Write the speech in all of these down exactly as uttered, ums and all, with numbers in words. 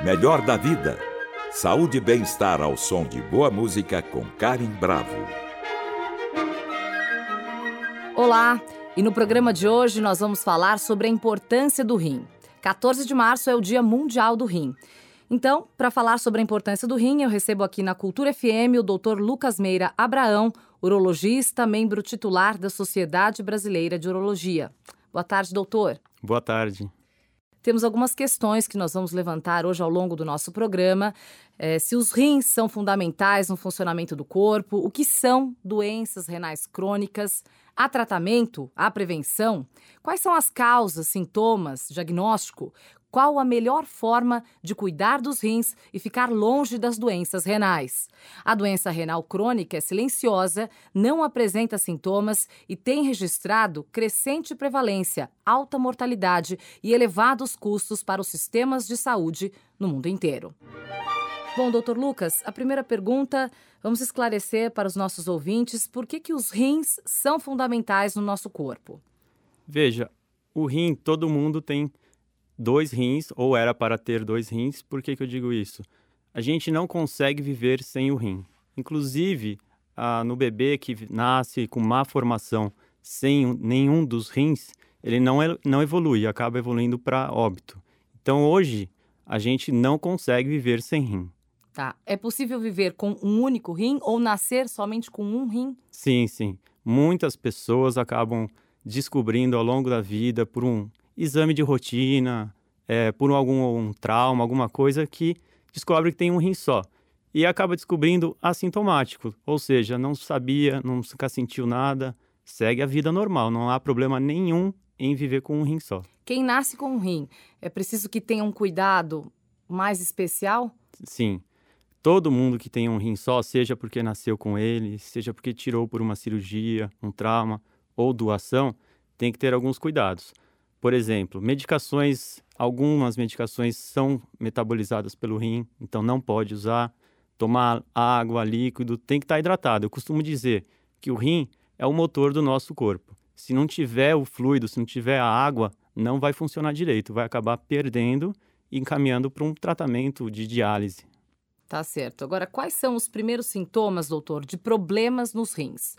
Melhor da vida. Saúde e bem-estar ao som de boa música com Karen Bravo. Olá, e no programa de hoje nós vamos falar sobre a importância do rim. quatorze de março é o Dia Mundial do Rim. Então, para falar sobre a importância do rim, eu recebo aqui na Cultura F M o doutor Lucas Meira Abraão, urologista, membro titular da Sociedade Brasileira de Urologia. Boa tarde, doutor. Boa tarde. Temos algumas questões que nós vamos levantar hoje ao longo do nosso programa. É, se os rins são fundamentais no funcionamento do corpo, o que são doenças renais crônicas, há tratamento, há prevenção, quais são as causas, sintomas, diagnóstico, qual a melhor forma de cuidar dos rins e ficar longe das doenças renais. A doença renal crônica é silenciosa, não apresenta sintomas e tem registrado crescente prevalência, alta mortalidade e elevados custos para os sistemas de saúde no mundo inteiro. Bom, doutor Lucas, a primeira pergunta, vamos esclarecer para os nossos ouvintes por que, que os rins são fundamentais no nosso corpo. Veja, o rim, todo mundo tem dois rins, ou era para ter dois rins. Por que que eu digo isso? A gente não consegue viver sem o rim. Inclusive, ah, no bebê que nasce com má formação, sem nenhum dos rins, ele não, não evolui, acaba evoluindo para óbito. Então, hoje, a gente não consegue viver sem rim. Tá. É possível viver com um único rim ou nascer somente com um rim? Sim, sim. Muitas pessoas acabam descobrindo ao longo da vida, por um exame de rotina, é, por algum um trauma, alguma coisa, que descobre que tem um rim só. E acaba descobrindo assintomático, ou seja, não sabia, nunca sentiu nada, segue a vida normal, não há problema nenhum em viver com um rim só. Quem nasce com um rim, é preciso que tenha um cuidado mais especial? Sim. Todo mundo que tem um rim só, seja porque nasceu com ele, seja porque tirou por uma cirurgia, um trauma ou doação, tem que ter alguns cuidados. Por exemplo, medicações, algumas medicações são metabolizadas pelo rim, então não pode usar. Tomar água, líquido, tem que estar hidratado. Eu costumo dizer que o rim é o motor do nosso corpo. Se não tiver o fluido, se não tiver a água, não vai funcionar direito, vai acabar perdendo e encaminhando para um tratamento de diálise. Tá certo. Agora, quais são os primeiros sintomas, doutor, de problemas nos rins?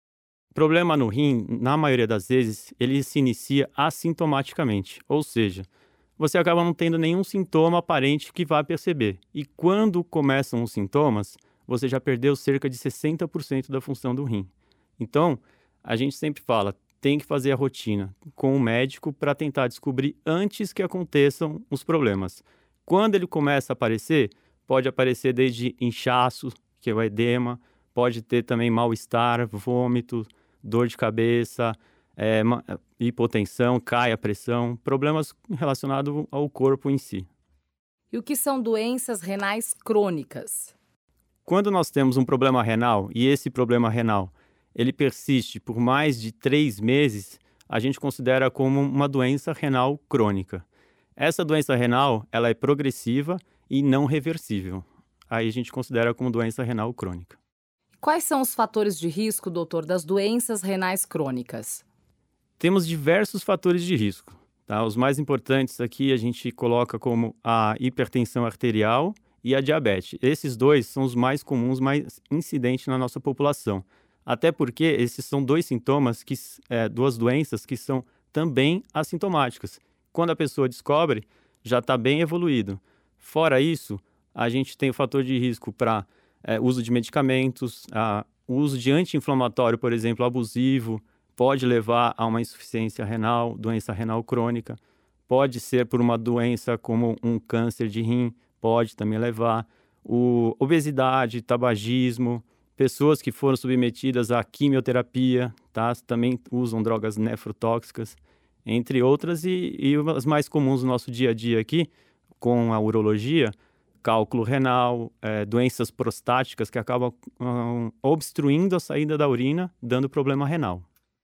Problema no rim, na maioria das vezes, ele se inicia assintomaticamente, ou seja, você acaba não tendo nenhum sintoma aparente que vá perceber. E quando começam os sintomas, você já perdeu cerca de sessenta por cento da função do rim. Então, a gente sempre fala, tem que fazer a rotina com o médico para tentar descobrir antes que aconteçam os problemas. Quando ele começa a aparecer, pode aparecer desde inchaço, que é o edema, pode ter também mal-estar, vômito, dor de cabeça, é, hipotensão, cai a pressão, problemas relacionados ao corpo em si. E o que são doenças renais crônicas? Quando nós temos um problema renal, e esse problema renal ele persiste por mais de três meses, a gente considera como uma doença renal crônica. Essa doença renal ela é progressiva e não reversível. Aí a gente considera como doença renal crônica. Quais são os fatores de risco, doutor, das doenças renais crônicas? Temos diversos fatores de risco. Tá? Os mais importantes aqui a gente coloca como a hipertensão arterial e a diabetes. Esses dois são os mais comuns, mais incidentes na nossa população. Até porque esses são dois sintomas, que, é, duas doenças que são também assintomáticas. Quando a pessoa descobre, já está bem evoluído. Fora isso, a gente tem o fator de risco para É, uso de medicamentos, a, o uso de anti-inflamatório, por exemplo, abusivo, pode levar a uma insuficiência renal, doença renal crônica. Pode ser por uma doença como um câncer de rim, pode também levar. O, obesidade, tabagismo, pessoas que foram submetidas à quimioterapia, tá? Também usam drogas nefrotóxicas, entre outras. E, e as mais comuns no nosso dia a dia aqui, com a urologia, cálculo renal, é, doenças prostáticas que acabam um, obstruindo a saída da urina, dando problema renal.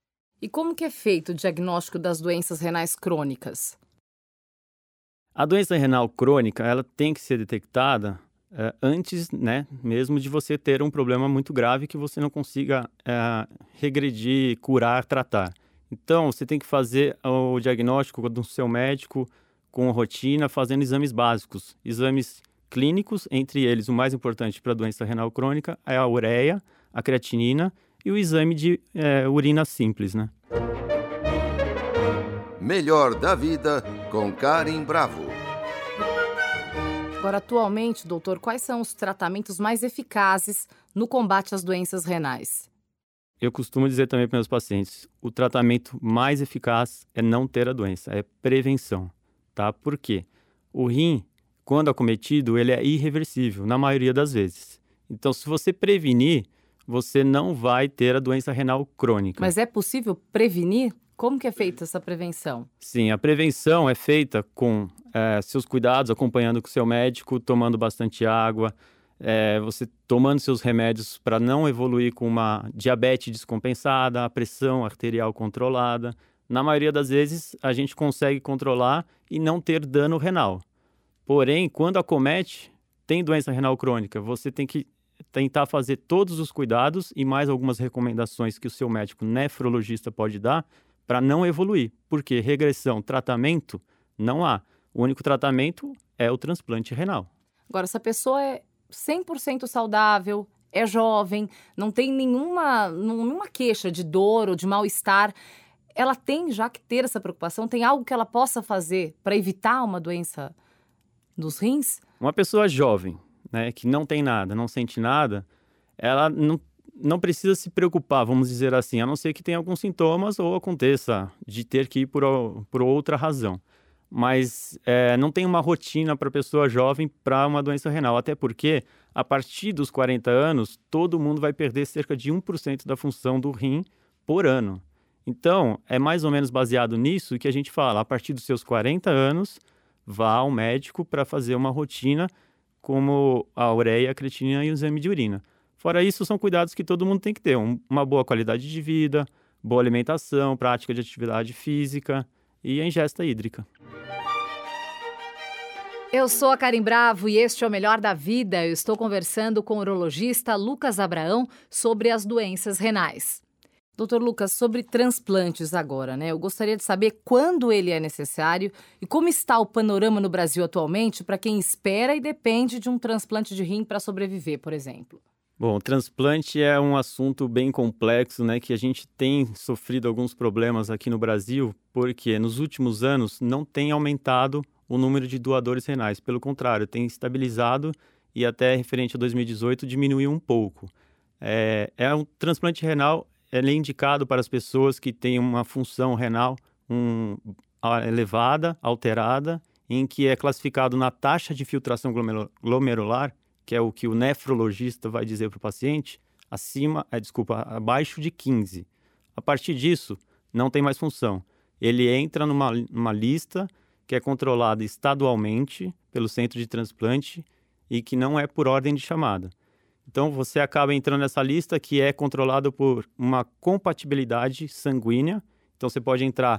E como que é feito o diagnóstico das doenças renais crônicas? A doença renal crônica ela tem que ser detectada é, antes, né, mesmo de você ter um problema muito grave que você não consiga é, regredir, curar, tratar. Então, você tem que fazer o diagnóstico do seu médico com rotina, fazendo exames básicos, exames clínicos, entre eles o mais importante para a doença renal crônica é a ureia, a creatinina e o exame de é, urina simples, né? Melhor da Vida com Karen Bravo. Agora, atualmente, doutor, quais são os tratamentos mais eficazes no combate às doenças renais? Eu costumo dizer também para meus pacientes, o tratamento mais eficaz é não ter a doença, é prevenção, tá? Por quê? O rim, quando acometido, ele é irreversível, na maioria das vezes. Então, se você prevenir, você não vai ter a doença renal crônica. Mas é possível prevenir? Como que é feita essa prevenção? Sim, a prevenção é feita com é, seus cuidados, acompanhando com o seu médico, tomando bastante água, é, você tomando seus remédios para não evoluir com uma diabetes descompensada, a pressão arterial controlada. Na maioria das vezes, a gente consegue controlar e não ter dano renal. Porém, quando acomete, tem doença renal crônica, você tem que tentar fazer todos os cuidados e mais algumas recomendações que o seu médico nefrologista pode dar para não evoluir. Porque regressão, tratamento, não há. O único tratamento é o transplante renal. Agora, se a pessoa é cem por cento saudável, é jovem, não tem nenhuma, nenhuma queixa de dor ou de mal-estar, ela tem já que ter essa preocupação? Tem algo que ela possa fazer para evitar uma doença dos rins? Uma pessoa jovem, né, que não tem nada, não sente nada, ela não, não precisa se preocupar, vamos dizer assim, a não ser que tenha alguns sintomas ou aconteça de ter que ir por, por outra razão. Mas é, não tem uma rotina para pessoa jovem para uma doença renal, até porque a partir dos quarenta anos, todo mundo vai perder cerca de um por cento da função do rim por ano. Então, é mais ou menos baseado nisso que a gente fala, a partir dos seus quarenta anos, vá ao médico para fazer uma rotina como a ureia, a creatinina e o exame de urina. Fora isso, são cuidados que todo mundo tem que ter, um, uma boa qualidade de vida, boa alimentação, prática de atividade física e a ingesta hídrica. Eu sou a Karen Bravo e este é o Melhor da Vida. Eu estou conversando com o urologista Lucas Abraão sobre as doenças renais. Doutor Lucas, sobre transplantes agora, né? Eu gostaria de saber quando ele é necessário e como está o panorama no Brasil atualmente para quem espera e depende de um transplante de rim para sobreviver, por exemplo. Bom, o transplante é um assunto bem complexo, né? Que a gente tem sofrido alguns problemas aqui no Brasil, porque nos últimos anos não tem aumentado o número de doadores renais. Pelo contrário, tem estabilizado e até referente a dois mil e dezoito diminuiu um pouco. É, é um transplante renal. Ele é indicado para as pessoas que têm uma função renal um, elevada, alterada, em que é classificado na taxa de filtração glomerular, que é o que o nefrologista vai dizer para o paciente, acima, é, desculpa, abaixo de quinze. A partir disso, não tem mais função. Ele entra numa, numa lista que é controlada estadualmente pelo centro de transplante e que não é por ordem de chamada. Então, você acaba entrando nessa lista que é controlada por uma compatibilidade sanguínea. Então, você pode entrar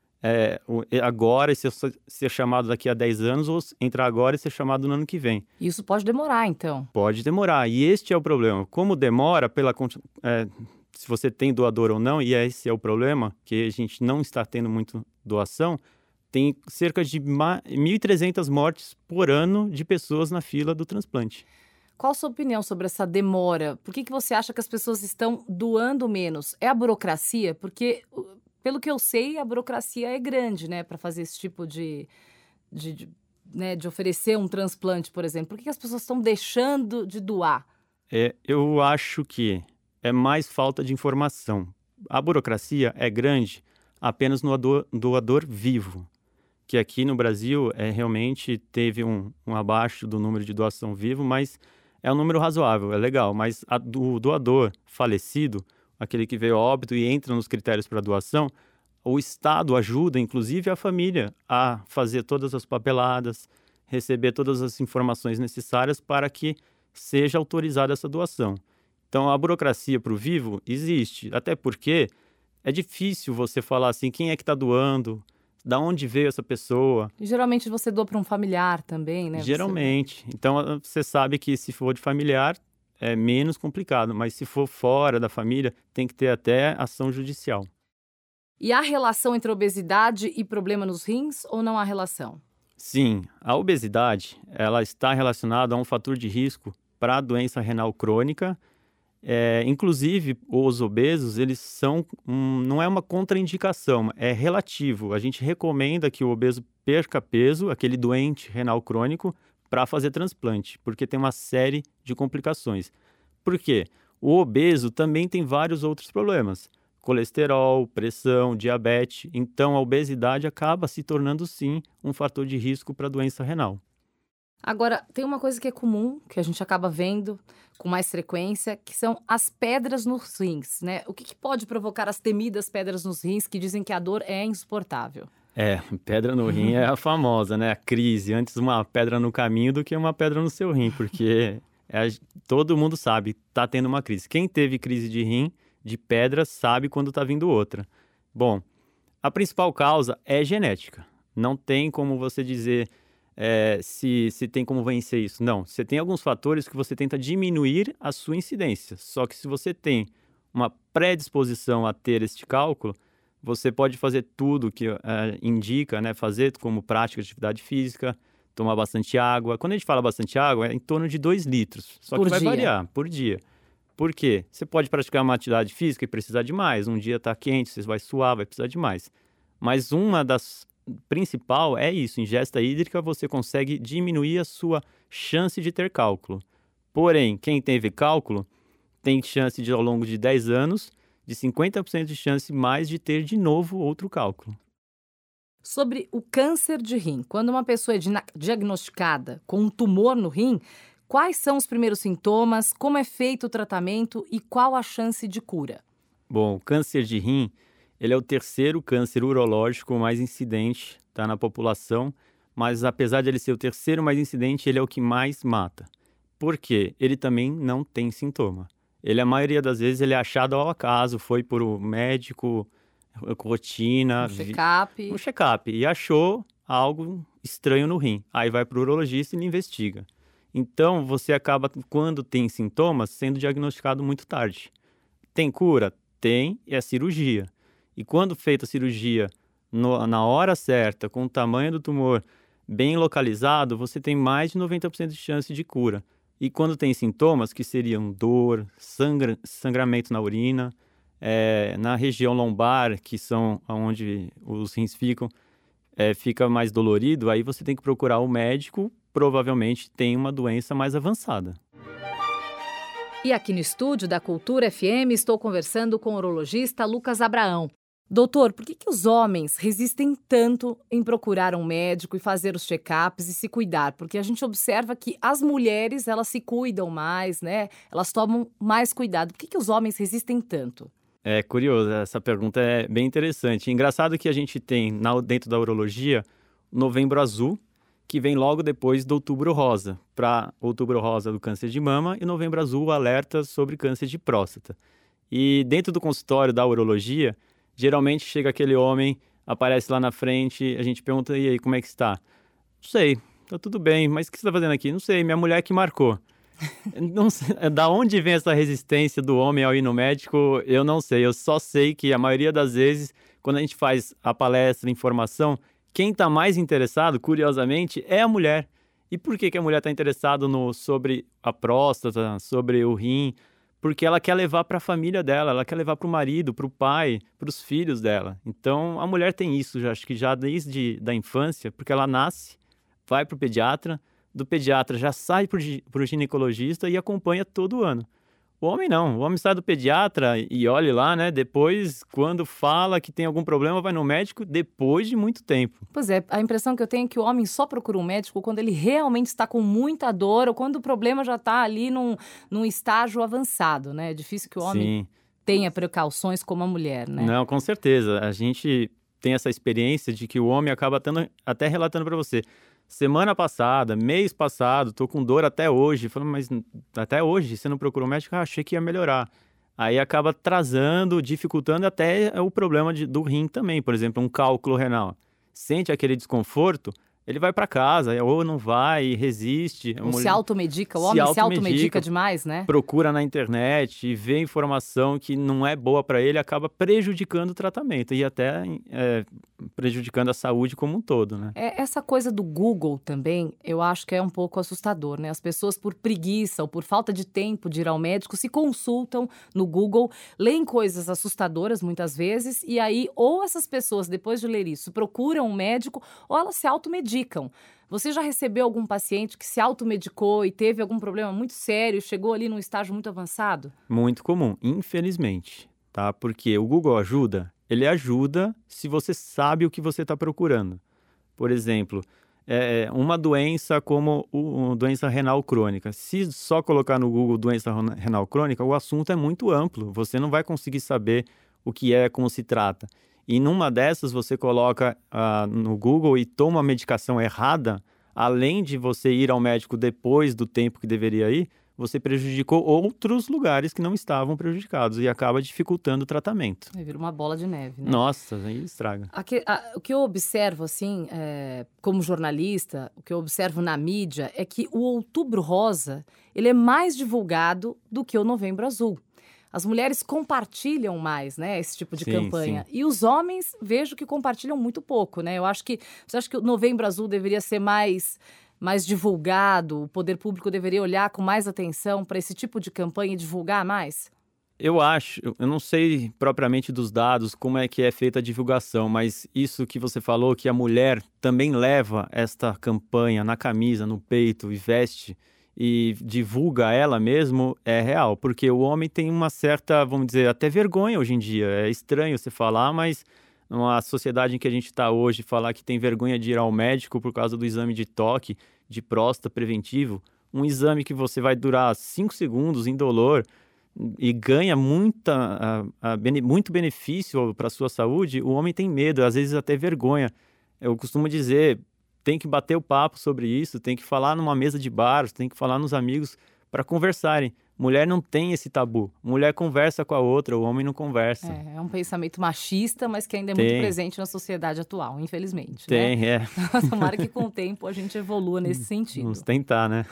é, agora e ser, ser chamado daqui a dez anos ou entrar agora e ser chamado no ano que vem. Isso pode demorar, então? Pode demorar. E este é o problema. Como demora, pela, é, se você tem doador ou não, e esse é o problema, que a gente não está tendo muito doação, tem cerca de mil e trezentas mortes por ano de pessoas na fila do transplante. Qual a sua opinião sobre essa demora? Por que que você acha que as pessoas estão doando menos? É a burocracia? Porque, pelo que eu sei, a burocracia é grande, né? Para fazer esse tipo de, de, de, né, de oferecer um transplante, por exemplo. Por que que as pessoas estão deixando de doar? É, eu acho que é mais falta de informação. A burocracia é grande apenas no doador, doador vivo, que aqui no Brasil é, realmente teve um, um abaixo do número de doação vivo, mas é um número razoável, é legal, mas a do doador falecido, aquele que veio a óbito e entra nos critérios para doação, o Estado ajuda, inclusive, a família a fazer todas as papeladas, receber todas as informações necessárias para que seja autorizada essa doação. Então, a burocracia para o vivo existe, até porque é difícil você falar assim, quem é que está doando, da onde veio essa pessoa. E geralmente você doa para um familiar também, né? Geralmente. Você... Então, você sabe que se for de familiar, é menos complicado. Mas se for fora da família, tem que ter até ação judicial. E há relação entre obesidade e problema nos rins ou não há relação? Sim, a obesidade ela está relacionada a um fator de risco para a doença renal crônica. É, inclusive, os obesos, eles são, um, não é uma contraindicação, é relativo. A gente recomenda que o obeso perca peso, aquele doente renal crônico, para fazer transplante, porque tem uma série de complicações. Por quê? O obeso também tem vários outros problemas. Colesterol, pressão, diabetes. Então, a obesidade acaba se tornando, sim, um fator de risco para a doença renal. Agora, tem uma coisa que é comum, que a gente acaba vendo com mais frequência, que são as pedras nos rins, né? O que, que pode provocar as temidas pedras nos rins, que dizem que a dor é insuportável? É, pedra no rim é a famosa, né? A crise. Antes uma pedra no caminho do que uma pedra no seu rim, porque é, todo mundo sabe, tá tendo uma crise. Quem teve crise de rim, de pedra, sabe quando tá vindo outra. Bom, a principal causa é genética. Não tem como você dizer... É, se, se tem como vencer isso. Não, você tem alguns fatores que você tenta diminuir a sua incidência. Só que se você tem uma predisposição a ter este cálculo, você pode fazer tudo que uh, indica, né? Fazer como prática de atividade física, tomar bastante água. Quando a gente fala bastante água, é em torno de dois litros. Só por que vai dia. variar por dia. Por quê? Você pode praticar uma atividade física e precisar de mais. Um dia está quente, você vai suar, vai precisar de mais. Mas uma das principal é isso, ingesta hídrica, você consegue diminuir a sua chance de ter cálculo. Porém, quem teve cálculo tem chance de, ao longo de dez anos, de cinquenta por cento de chance mais de ter de novo outro cálculo. Sobre o câncer de rim, quando uma pessoa é diagnosticada com um tumor no rim, quais são os primeiros sintomas, como é feito o tratamento e qual a chance de cura? Bom, o câncer de rim ele é o terceiro câncer urológico mais incidente, tá, na população, mas apesar de ele ser o terceiro mais incidente, ele é o que mais mata. Por quê? Ele também não tem sintoma. Ele, a maioria das vezes, ele é achado ao acaso, foi por um médico, rotina... Um check-up. Um check-up, e achou algo estranho no rim. Aí vai para o urologista e ele investiga. Então, você acaba, quando tem sintomas, sendo diagnosticado muito tarde. Tem cura? Tem, e é cirurgia. E quando feita a cirurgia no, na hora certa, com o tamanho do tumor bem localizado, você tem mais de noventa por cento de chance de cura. E quando tem sintomas, que seriam dor, sangra, sangramento na urina, é, na região lombar, que são onde os rins ficam, é, fica mais dolorido, aí você tem que procurar o médico, provavelmente tem uma doença mais avançada. E aqui no estúdio da Cultura F M, estou conversando com o urologista Lucas Abraão. Doutor, por que, que os homens resistem tanto em procurar um médico e fazer os check-ups e se cuidar? Porque a gente observa que as mulheres, elas se cuidam mais, né? Elas tomam mais cuidado. Por que, que os homens resistem tanto? É curioso, essa pergunta é bem interessante. Engraçado que a gente tem, na, dentro da urologia, o Novembro Azul, que vem logo depois do Outubro Rosa, para Outubro Rosa do câncer de mama e Novembro Azul alerta sobre câncer de próstata. E dentro do consultório da urologia, geralmente chega aquele homem, aparece lá na frente, a gente pergunta, e aí, como é que está? Não sei, tá tudo bem, mas o que você está fazendo aqui? Não sei, minha mulher que marcou. Não sei, da onde vem essa resistência do homem ao ir no médico, eu não sei. Eu só sei que a maioria das vezes, quando a gente faz a palestra, a informação, quem está mais interessado, curiosamente, é a mulher. E por que, que a mulher está interessada no, sobre a próstata, sobre o rim? Porque ela quer levar para a família dela, ela quer levar para o marido, para o pai, para os filhos dela. Então, a mulher tem isso, já, acho que já desde da infância, porque ela nasce, vai para o pediatra, do pediatra já sai para o ginecologista e acompanha todo ano. O homem não, o homem sai do pediatra e olha lá, né? Depois, quando fala que tem algum problema, vai no médico depois de muito tempo. Pois é, a impressão que eu tenho é que o homem só procura um médico quando ele realmente está com muita dor ou quando o problema já está ali num, num estágio avançado, né? É difícil que o homem Sim. tenha precauções como a mulher, né? Não, com certeza. A gente tem essa experiência de que o homem acaba tendo, até relatando para você. Semana passada, mês passado, tô com dor até hoje. Falando, mas até hoje, você não procurou um médico? Ah, achei que ia melhorar. Aí acaba atrasando, dificultando até o problema de, do rim também. Por exemplo, um cálculo renal. Sente aquele desconforto, ele vai para casa, ou não vai, resiste. Ou se automedica, o homem se automedica demais, né? Procura na internet e vê informação que não é boa para ele, acaba prejudicando o tratamento e até é, prejudicando a saúde como um todo, né? É, essa coisa do Google também, eu acho que é um pouco assustador, né? As pessoas, por preguiça ou por falta de tempo de ir ao médico, se consultam no Google, leem coisas assustadoras muitas vezes, e aí ou essas pessoas, depois de ler isso, procuram um médico ou elas se automedicam. Você já recebeu algum paciente que se automedicou e teve algum problema muito sério, chegou ali num estágio muito avançado? Muito comum, infelizmente, tá? Porque o Google ajuda, ele ajuda se você sabe o que você está procurando. Por exemplo, é uma doença como a doença renal crônica. Se só colocar no Google doença renal crônica, o assunto é muito amplo. Você não vai conseguir saber o que é, como se trata. E numa dessas você coloca uh, no Google e toma a medicação errada, além de você ir ao médico depois do tempo que deveria ir, você prejudicou outros lugares que não estavam prejudicados e acaba dificultando o tratamento. Vira uma bola de neve, né? Nossa, aí estraga. Aqui, a, o que eu observo, assim, é, como jornalista, o que eu observo na mídia é que o Outubro Rosa, ele é mais divulgado do que o Novembro Azul. As mulheres compartilham mais, né, esse tipo de sim, campanha. Sim. E os homens, vejo que compartilham muito pouco, né? Eu acho que, você acha que o Novembro Azul deveria ser mais, mais divulgado? O poder público deveria olhar com mais atenção para esse tipo de campanha e divulgar mais? Eu acho, eu não sei propriamente dos dados, como é que é feita a divulgação, mas isso que você falou, que a mulher também leva esta campanha na camisa, no peito e veste e divulga ela mesmo, é real, porque o homem tem uma certa, vamos dizer, até vergonha hoje em dia. É estranho você falar, mas numa sociedade em que a gente está hoje, falar que tem vergonha de ir ao médico por causa do exame de toque, de próstata preventivo, um exame que você vai durar cinco segundos, indolor, e ganha muita, a, a, bene, muito benefício para a sua saúde, o homem tem medo, às vezes até vergonha. Eu costumo dizer, tem que bater o papo sobre isso, tem que falar numa mesa de bar, tem que falar nos amigos para conversarem. Mulher não tem esse tabu. Mulher conversa com a outra, o homem não conversa. É, é um pensamento machista, mas que ainda é tem. muito presente na sociedade atual, infelizmente. Tem, né? é. Tomara que com o tempo a gente evolua nesse sentido. Vamos tentar, né?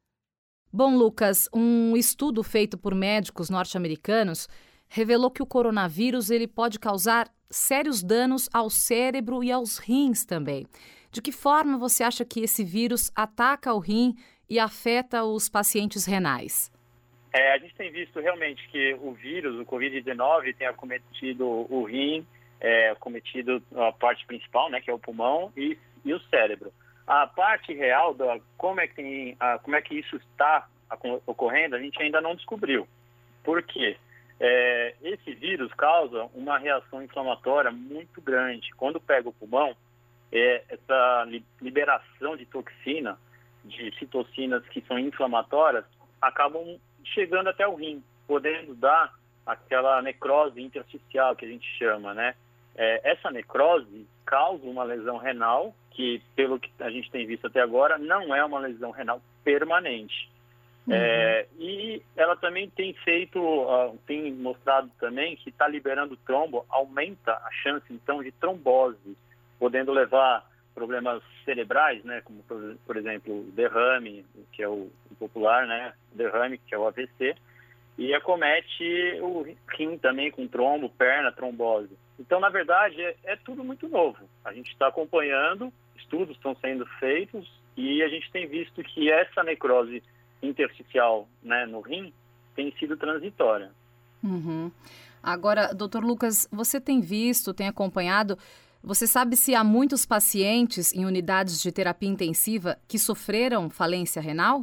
Bom, Lucas, um estudo feito por médicos norte-americanos revelou que o coronavírus ele pode causar sérios danos ao cérebro e aos rins também. De que forma você acha que esse vírus ataca o rim e afeta os pacientes renais? É, a gente tem visto realmente que o vírus, o covid dezenove, tem acometido o rim, é, acometido a parte principal, né, que é o pulmão e, e o cérebro. A parte real da como é que tem, a, como é que isso está ocorrendo, a gente ainda não descobriu. Por quê? É, esse vírus causa uma reação inflamatória muito grande. Quando pega o pulmão, é, essa liberação de toxina, de citocinas que são inflamatórias, acabam chegando até o rim, podendo dar aquela necrose intersticial que a gente chama, né? É, essa necrose causa uma lesão renal, que pelo que a gente tem visto até agora, não é uma lesão renal permanente. Uhum. É, e ela também tem feito, uh, tem mostrado também que está liberando trombo, aumenta a chance então de trombose, podendo levar problemas cerebrais, né, como por, por exemplo derrame, que é o, o popular, né, derrame, que é o A V C, e acomete o rim também com trombo, perna, trombose. Então, na verdade, é, é tudo muito novo. A gente está acompanhando, estudos estão sendo feitos e a gente tem visto que essa necrose intersticial, né, no rim tem sido transitória. Uhum. Agora, doutor Lucas, você tem visto, tem acompanhado, você sabe se há muitos pacientes em unidades de terapia intensiva que sofreram falência renal?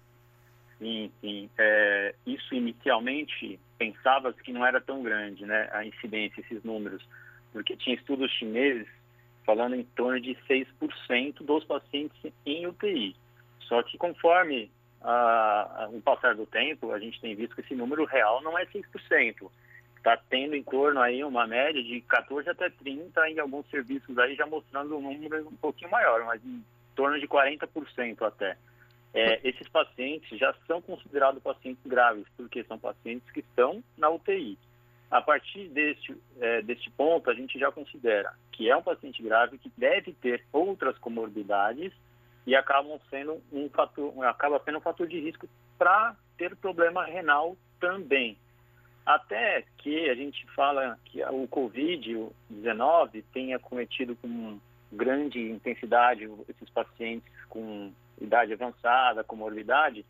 Sim, sim. É, isso inicialmente pensava que não era tão grande, né, a incidência, esses números, porque tinha estudos chineses falando em torno de seis por cento dos pacientes em U T I. Só que conforme a, a, o passar do tempo, a gente tem visto que esse número real não é seis por cento. Está tendo em torno aí uma média de quatorze até trinta em alguns serviços aí, já mostrando um número um pouquinho maior, mas em torno de quarenta por cento até. É, esses pacientes já são considerados pacientes graves, porque são pacientes que estão na U T I. A partir deste, é, deste ponto, a gente já considera que é um paciente grave que deve ter outras comorbidades e acabam sendo um fator, acaba sendo um fator de risco para ter problema renal também. Até que a gente fala que o covid dezenove tenha cometido com grande intensidade esses pacientes com idade avançada, comorbidade,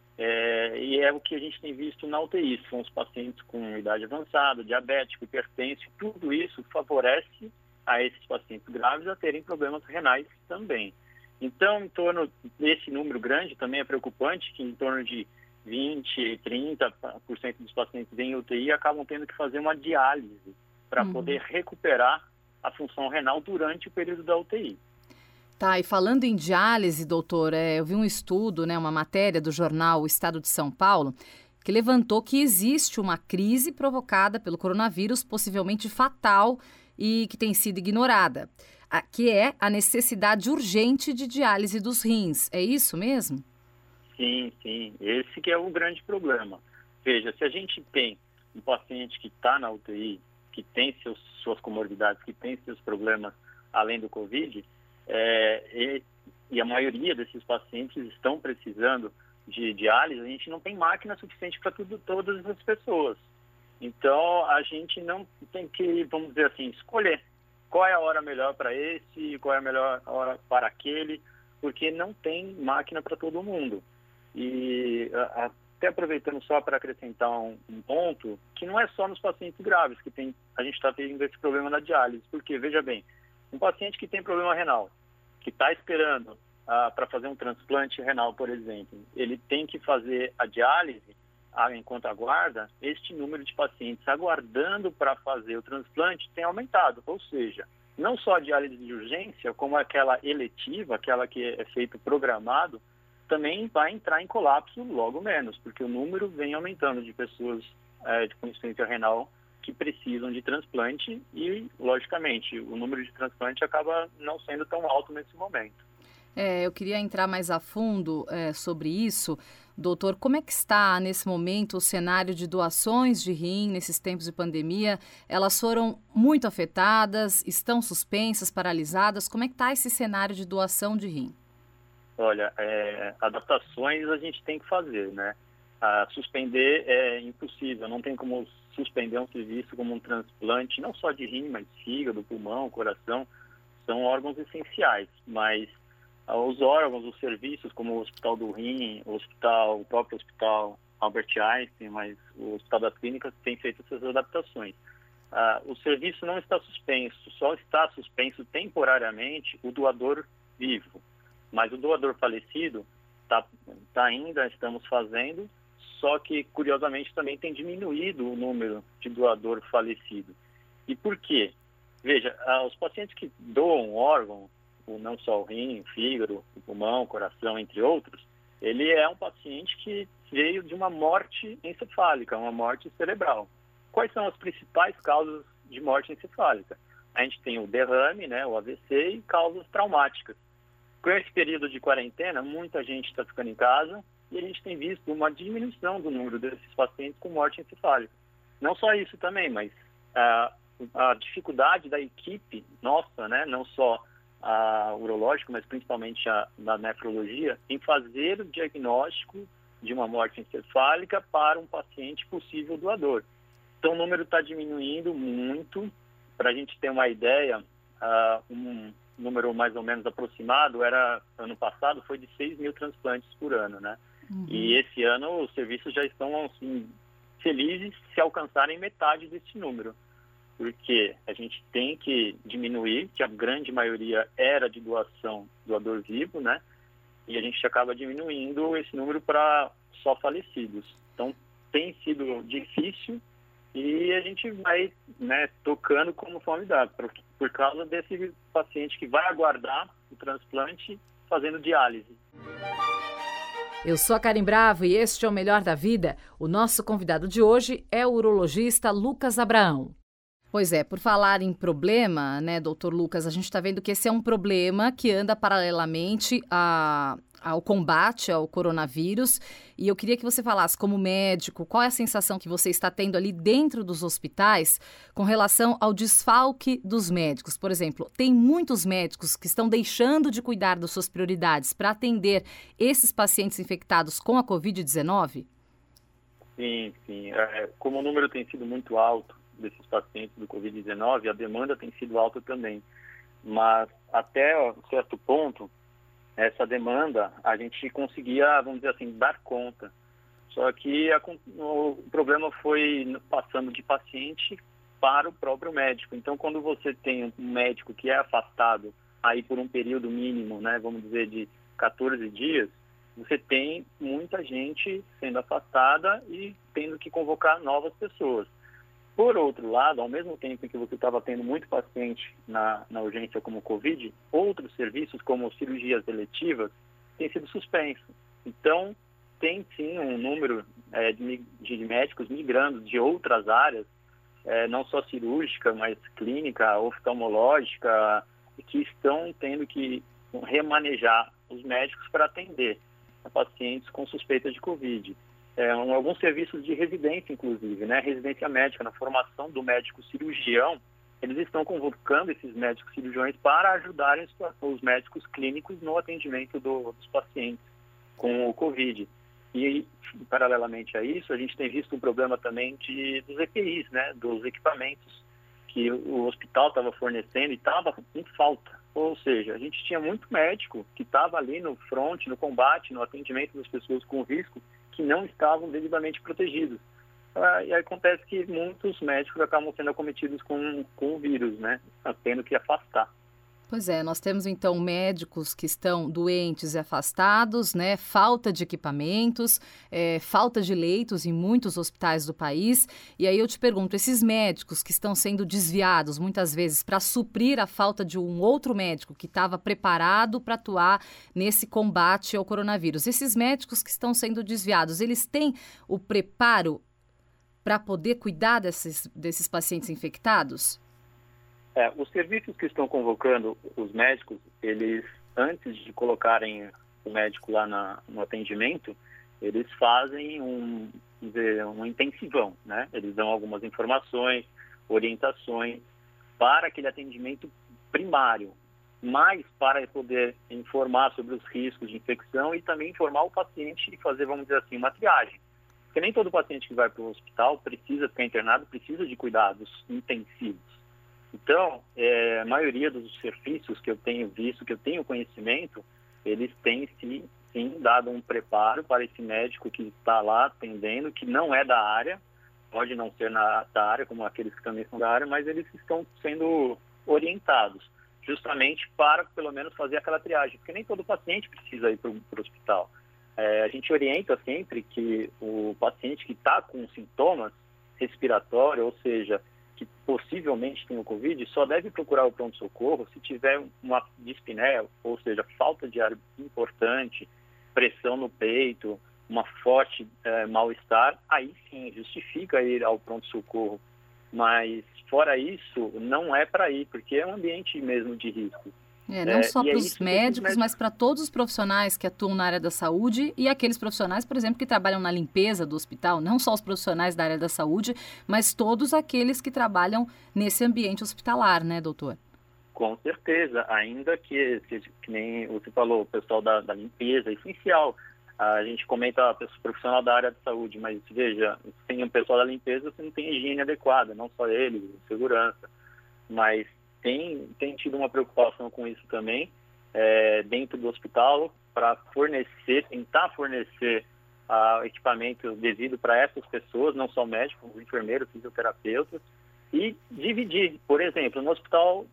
é, e é o que a gente tem visto na U T I, são os pacientes com idade avançada, diabético, hipertenso, tudo isso favorece a esses pacientes graves a terem problemas renais também. Então, em torno desse número grande, também é preocupante que em torno de vinte, trinta por cento dos pacientes em U T I acabam tendo que fazer uma diálise para uhum. poder recuperar a função renal durante o período da U T I. Tá, e falando em diálise, doutor, é, eu vi um estudo, né, uma matéria do jornal O Estado de São Paulo, que levantou que existe uma crise provocada pelo coronavírus, possivelmente fatal e que tem sido ignorada, a, que é a necessidade urgente de diálise dos rins. É isso mesmo? Sim, sim. Esse que é o grande problema. Veja, se a gente tem um paciente que está na U T I, que tem seus, suas comorbidades, que tem seus problemas além do Covid, é, e, e a maioria desses pacientes estão precisando de diálise, a gente não tem máquina suficiente para todas as pessoas. Então, a gente não tem que, vamos dizer assim, escolher qual é a hora melhor para esse, qual é a melhor hora para aquele, porque não tem máquina para todo mundo. E a, até aproveitando só para acrescentar um, um ponto, que não é só nos pacientes graves que tem, a gente está tendo esse problema da diálise, porque, veja bem, um paciente que tem problema renal, que está esperando ah, para fazer um transplante renal, por exemplo, ele tem que fazer a diálise ah, enquanto aguarda, este número de pacientes aguardando para fazer o transplante tem aumentado, ou seja, não só a diálise de urgência, como aquela eletiva, aquela que é feito programado, também vai entrar em colapso logo menos, porque o número vem aumentando de pessoas é, com insuficiência renal que precisam de transplante e, logicamente, o número de transplante acaba não sendo tão alto nesse momento. É, eu queria entrar mais a fundo é, sobre isso. Doutor, como é que está nesse momento o cenário de doações de rim nesses tempos de pandemia? Elas foram muito afetadas, estão suspensas, paralisadas? Como é que está esse cenário de doação de rim? Olha, é, adaptações a gente tem que fazer, né? Ah, suspender é impossível, não tem como suspender um serviço como um transplante, não só de rim, mas fígado, pulmão, coração, são órgãos essenciais, mas ah, os órgãos, os serviços, como o Hospital do Rim, o, hospital, o próprio Hospital Albert Einstein, mas o Hospital das Clínicas tem feito essas adaptações. Ah, o serviço não está suspenso, só está suspenso temporariamente o doador vivo. Mas o doador falecido, tá, tá ainda estamos fazendo, só que, curiosamente, também tem diminuído o número de doador falecido. E por quê? Veja, os pacientes que doam órgão, não só o rim, o fígado, o pulmão, o coração, entre outros, ele é um paciente que veio de uma morte encefálica, uma morte cerebral. Quais são as principais causas de morte encefálica? A gente tem o derrame, né, o A V C e causas traumáticas. Com esse período de quarentena, muita gente está ficando em casa e a gente tem visto uma diminuição do número desses pacientes com morte encefálica. Não só isso também, mas a, a dificuldade da equipe nossa, né, não só a urológica, mas principalmente a, na nefrologia, em fazer o diagnóstico de uma morte encefálica para um paciente possível doador. Então, o número está diminuindo muito. Para a gente ter uma ideia, uh, um número mais ou menos aproximado, era, ano passado, foi de seis mil transplantes por ano, né? Uhum. E esse ano os serviços já estão, assim, felizes se alcançarem metade desse número, porque a gente tem que diminuir, que a grande maioria era de doação, doador vivo, né? E a gente acaba diminuindo esse número para só falecidos. Então, tem sido difícil e a gente vai, né, tocando conforme dá, por, por causa desse paciente que vai aguardar o transplante fazendo diálise. Eu sou a Karen Bravo e este é o Melhor da Vida. O nosso convidado de hoje é o urologista Lucas Abraão. Pois é, por falar em problema, né, doutor Lucas, a gente está vendo que esse é um problema que anda paralelamente a, ao combate ao coronavírus. E eu queria que você falasse, como médico, qual é a sensação que você está tendo ali dentro dos hospitais com relação ao desfalque dos médicos. Por exemplo, tem muitos médicos que estão deixando de cuidar das suas prioridades para atender esses pacientes infectados com a covid dezenove? Sim, sim. É, como o número tem sido muito alto desses pacientes do covid dezenove, a demanda tem sido alta também. Mas até um certo ponto, essa demanda a gente conseguia, vamos dizer assim, dar conta. Só que a, o problema foi passando de paciente para o próprio médico. Então, quando você tem um médico que é afastado aí por um período mínimo, né, vamos dizer de quatorze dias, você tem muita gente sendo afastada e tendo que convocar novas pessoas. Por outro lado, ao mesmo tempo em que você estava tendo muito paciente na, na urgência como Covid, outros serviços, como cirurgias eletivas, têm sido suspensos. Então, tem sim um número é, de, de médicos migrando de outras áreas, é, não só cirúrgica, mas clínica, oftalmológica, que estão tendo que remanejar os médicos para atender a pacientes com suspeita de Covid. É, um, alguns serviços de residência, inclusive, né? Residência médica, na formação do médico cirurgião, eles estão convocando esses médicos cirurgiões para ajudarem os, os médicos clínicos no atendimento do, dos pacientes com o Covid. E, paralelamente a isso, a gente tem visto um problema também de, dos E P Is, né? Dos equipamentos que o hospital estava fornecendo e estava em falta. Ou seja, a gente tinha muito médico que estava ali no front, no combate, no atendimento das pessoas com risco, que não estavam devidamente protegidos. Ah, e aí acontece que muitos médicos acabam sendo acometidos com, com o vírus, né? Tendo que afastar. Pois é, nós temos então médicos que estão doentes e afastados, né? Falta de equipamentos, é, falta de leitos em muitos hospitais do país. E aí eu te pergunto, esses médicos que estão sendo desviados muitas vezes para suprir a falta de um outro médico que estava preparado para atuar nesse combate ao coronavírus, esses médicos que estão sendo desviados, eles têm o preparo para poder cuidar desses, desses pacientes infectados? É, os serviços que estão convocando os médicos, eles, antes de colocarem o médico lá na, no atendimento, eles fazem um, dizer, um intensivão, né? Eles dão algumas informações, orientações para aquele atendimento primário, mas para poder informar sobre os riscos de infecção e também informar o paciente e fazer, vamos dizer assim, uma triagem. Porque nem todo paciente que vai para o hospital precisa ficar internado, precisa de cuidados intensivos. Então, é, a maioria dos serviços que eu tenho visto, que eu tenho conhecimento, eles têm sim, sim dado um preparo para esse médico que está lá atendendo, que não é da área, pode não ser na, da área, como aqueles que também são da área, mas eles estão sendo orientados, justamente para, pelo menos, fazer aquela triagem, porque nem todo paciente precisa ir para o hospital. É, a gente orienta sempre que o paciente que está com sintomas respiratórios, ou seja, que possivelmente tem o Covid, só deve procurar o pronto-socorro se tiver uma dispneia, ou seja, falta de ar importante, pressão no peito, uma forte é, mal-estar, aí sim, justifica ir ao pronto-socorro. Mas, fora isso, não é para ir, porque é um ambiente mesmo de risco. É, não é, só para os é médicos, médicos, mas para todos os profissionais que atuam na área da saúde e aqueles profissionais, por exemplo, que trabalham na limpeza do hospital, não só os profissionais da área da saúde, mas todos aqueles que trabalham nesse ambiente hospitalar, né, doutor? Com certeza, ainda que, que, que nem você falou, o pessoal da, da limpeza é essencial. A gente comenta o profissional da área de saúde, mas veja, sem o pessoal da limpeza você não tem higiene adequada, não só eles, segurança, mas Tem, tem tido uma preocupação com isso também, é, dentro do hospital, para fornecer, tentar fornecer uh, equipamento devido para essas pessoas, não só médicos, enfermeiros, fisioterapeutas, e dividir, por exemplo, no hospital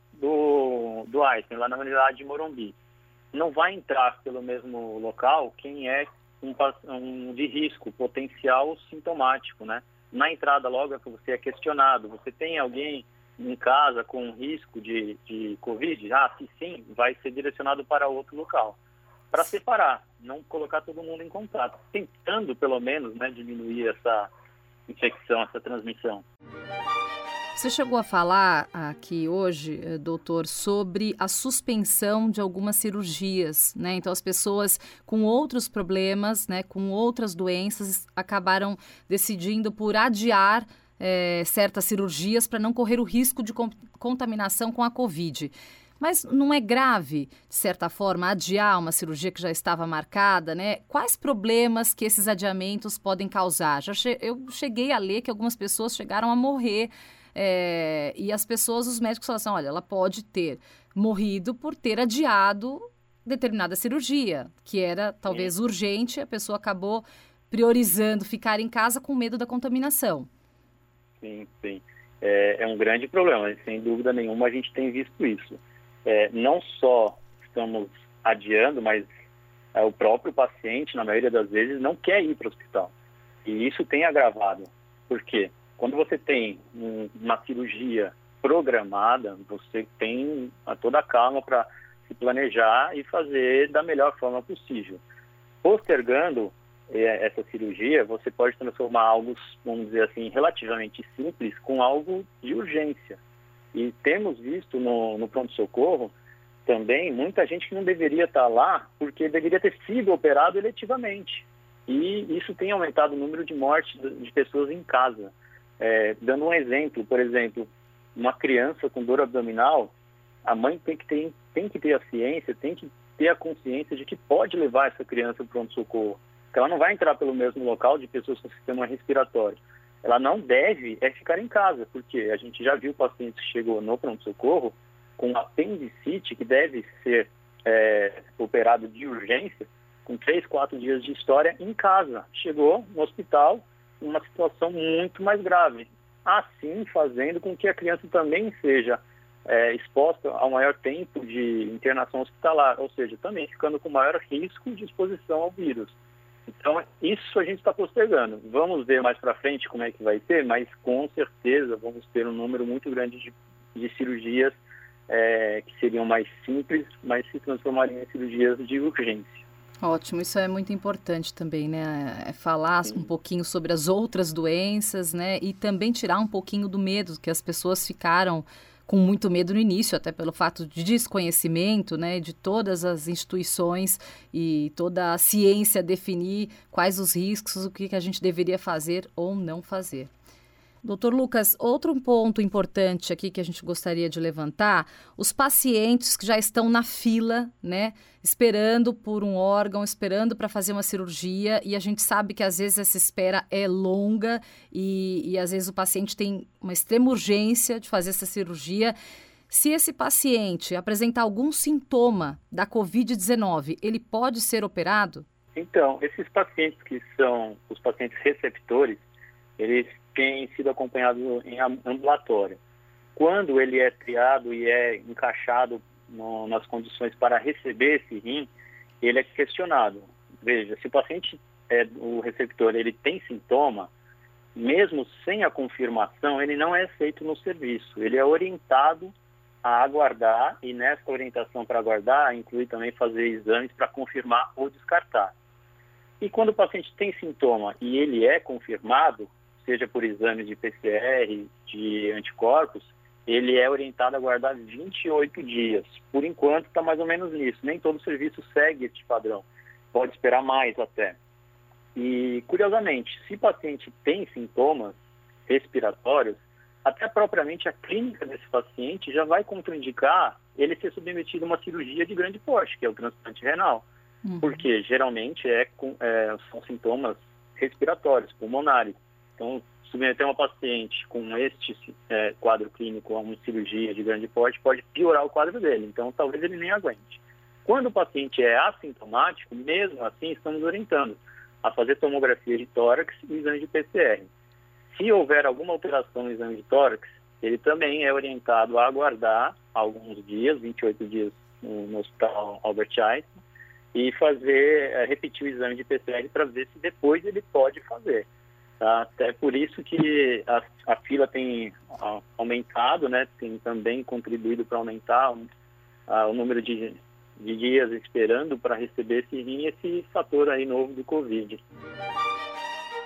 do, do Einstein, lá na unidade de Morumbi, não vai entrar pelo mesmo local quem é um, um de risco potencial sintomático, né? Na entrada logo você é questionado, você tem alguém em casa com risco de, de Covid? Ah, se sim, vai ser direcionado para outro local. Para separar, não colocar todo mundo em contato, tentando pelo menos, né, diminuir essa infecção, essa transmissão. Você chegou a falar aqui hoje, doutor, sobre a suspensão de algumas cirurgias, né? Então, as pessoas com outros problemas, né, com outras doenças, acabaram decidindo por adiar é, certas cirurgias para não correr o risco de contaminação com a Covid. Mas não é grave, de certa forma, adiar uma cirurgia que já estava marcada, né? Quais problemas que esses adiamentos podem causar? Já che- eu cheguei a ler que algumas pessoas chegaram a morrer é, e as pessoas, os médicos falaram assim, olha, ela pode ter morrido por ter adiado determinada cirurgia, que era talvez Sim. urgente, a pessoa acabou priorizando ficar em casa com medo da contaminação. Sim, sim. É, é um grande problema, sem dúvida nenhuma a gente tem visto isso. É, não só estamos adiando, mas é, o próprio paciente, na maioria das vezes, não quer ir para o hospital. E isso tem agravado. Por quê? Quando você tem um, uma cirurgia programada, você tem a toda a calma para se planejar e fazer da melhor forma possível. Postergando é, essa cirurgia, você pode transformar algo, vamos dizer assim, relativamente simples com algo de urgência. E temos visto no, no pronto-socorro também muita gente que não deveria estar lá porque deveria ter sido operado eletivamente. E isso tem aumentado o número de mortes de pessoas em casa. É, dando um exemplo, por exemplo, uma criança com dor abdominal, a mãe tem que ter, tem que ter a ciência, tem que ter a consciência de que pode levar essa criança para o pronto-socorro. Porque ela não vai entrar pelo mesmo local de pessoas com sistema respiratório. Ela não deve é ficar em casa, porque a gente já viu o paciente que chegou no pronto-socorro com apendicite, que deve ser é, operado de urgência, com três, quatro dias de história em casa. Chegou no hospital em uma situação muito mais grave. Assim, fazendo com que a criança também seja é, exposta ao maior tempo de internação hospitalar, ou seja, também ficando com maior risco de exposição ao vírus. Então, isso a gente está postergando. Vamos ver mais para frente como é que vai ser, mas com certeza vamos ter um número muito grande de, de cirurgias é, que seriam mais simples, mas se transformariam em cirurgias de urgência. Ótimo, isso é muito importante também, né? É falar Sim. um pouquinho sobre as outras doenças, né? E também tirar um pouquinho do medo que as pessoas ficaram com muito medo no início, até pelo fato de desconhecimento, né, de todas as instituições e toda a ciência definir quais os riscos, o que, que a gente deveria fazer ou não fazer. Doutor Lucas, outro ponto importante aqui que a gente gostaria de levantar, os pacientes que já estão na fila, né, esperando por um órgão, esperando para fazer uma cirurgia, e a gente sabe que às vezes essa espera é longa e, e às vezes o paciente tem uma extrema urgência de fazer essa cirurgia. Se esse paciente apresentar algum sintoma da covid dezenove, ele pode ser operado? Então, esses pacientes que são os pacientes receptores, eles têm sido acompanhados em ambulatório. Quando ele é triado e é encaixado no, nas condições para receber esse rim, ele é questionado. Veja, se o paciente, é, o receptor, ele tem sintoma, mesmo sem a confirmação, ele não é aceito no serviço. Ele é orientado a aguardar, e nessa orientação para aguardar, inclui também fazer exames para confirmar ou descartar. E quando o paciente tem sintoma e ele é confirmado, seja por exame de P C R, de anticorpos, ele é orientado a aguardar vinte e oito dias. Por enquanto, está mais ou menos nisso. Nem todo serviço segue este padrão. Pode esperar mais até. E, curiosamente, se o paciente tem sintomas respiratórios, até propriamente a clínica desse paciente já vai contraindicar ele ser submetido a uma cirurgia de grande porte, que é o transplante renal. Uhum. Porque, geralmente, é, é, são sintomas respiratórios, pulmonares. Então, submeter uma paciente com este é, quadro clínico a uma cirurgia de grande porte pode piorar o quadro dele. Então, talvez ele nem aguente. Quando o paciente é assintomático, mesmo assim, estamos orientando a fazer tomografia de tórax e exame de P C R. Se houver alguma alteração no exame de tórax, ele também é orientado a aguardar alguns dias, vinte e oito dias no, no Hospital Albert Einstein, e fazer, é, repetir o exame de P C R para ver se depois ele pode fazer. Tá? Até por isso que a, a fila tem a, aumentado, né? Tem também contribuído para aumentar a, o número de, de dias esperando para receber esse rim, esse fator aí novo do Covid.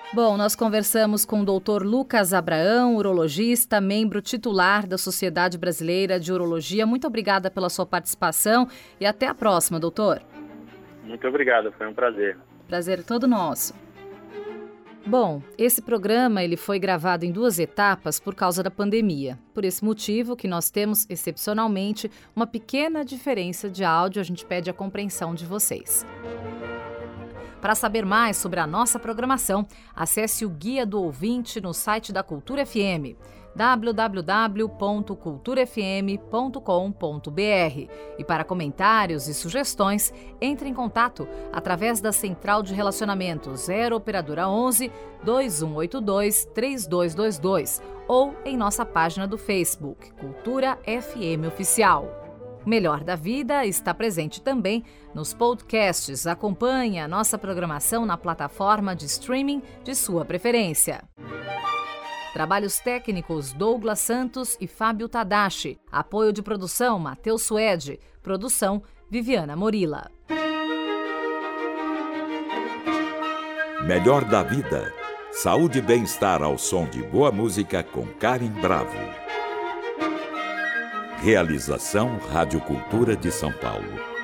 Bom, nós conversamos com o doutor Lucas Abraão, urologista, membro titular da Sociedade Brasileira de Urologia. Muito obrigada pela sua participação e até a próxima, doutor. Muito obrigado, foi um prazer. Prazer todo nosso. Bom, esse programa ele foi gravado em duas etapas por causa da pandemia. Por esse motivo que nós temos, excepcionalmente, uma pequena diferença de áudio, a gente pede a compreensão de vocês. Para saber mais sobre a nossa programação, acesse o Guia do Ouvinte no site da Cultura F M, w w w ponto cultura f m ponto com ponto b r. E para comentários e sugestões, entre em contato através da Central de Relacionamento zero Operadora onze, dois um oito dois, três dois dois dois ou em nossa página do Facebook, Cultura F M Oficial. O Melhor da Vida está presente também nos podcasts. Acompanhe a nossa programação na plataforma de streaming de sua preferência. Trabalhos técnicos Douglas Santos e Fábio Tadashi. Apoio de produção Matheus Suede. Produção Viviana Morila. Melhor da Vida. Saúde e bem-estar ao som de boa música com Karen Bravo. Realização Rádio Cultura de São Paulo.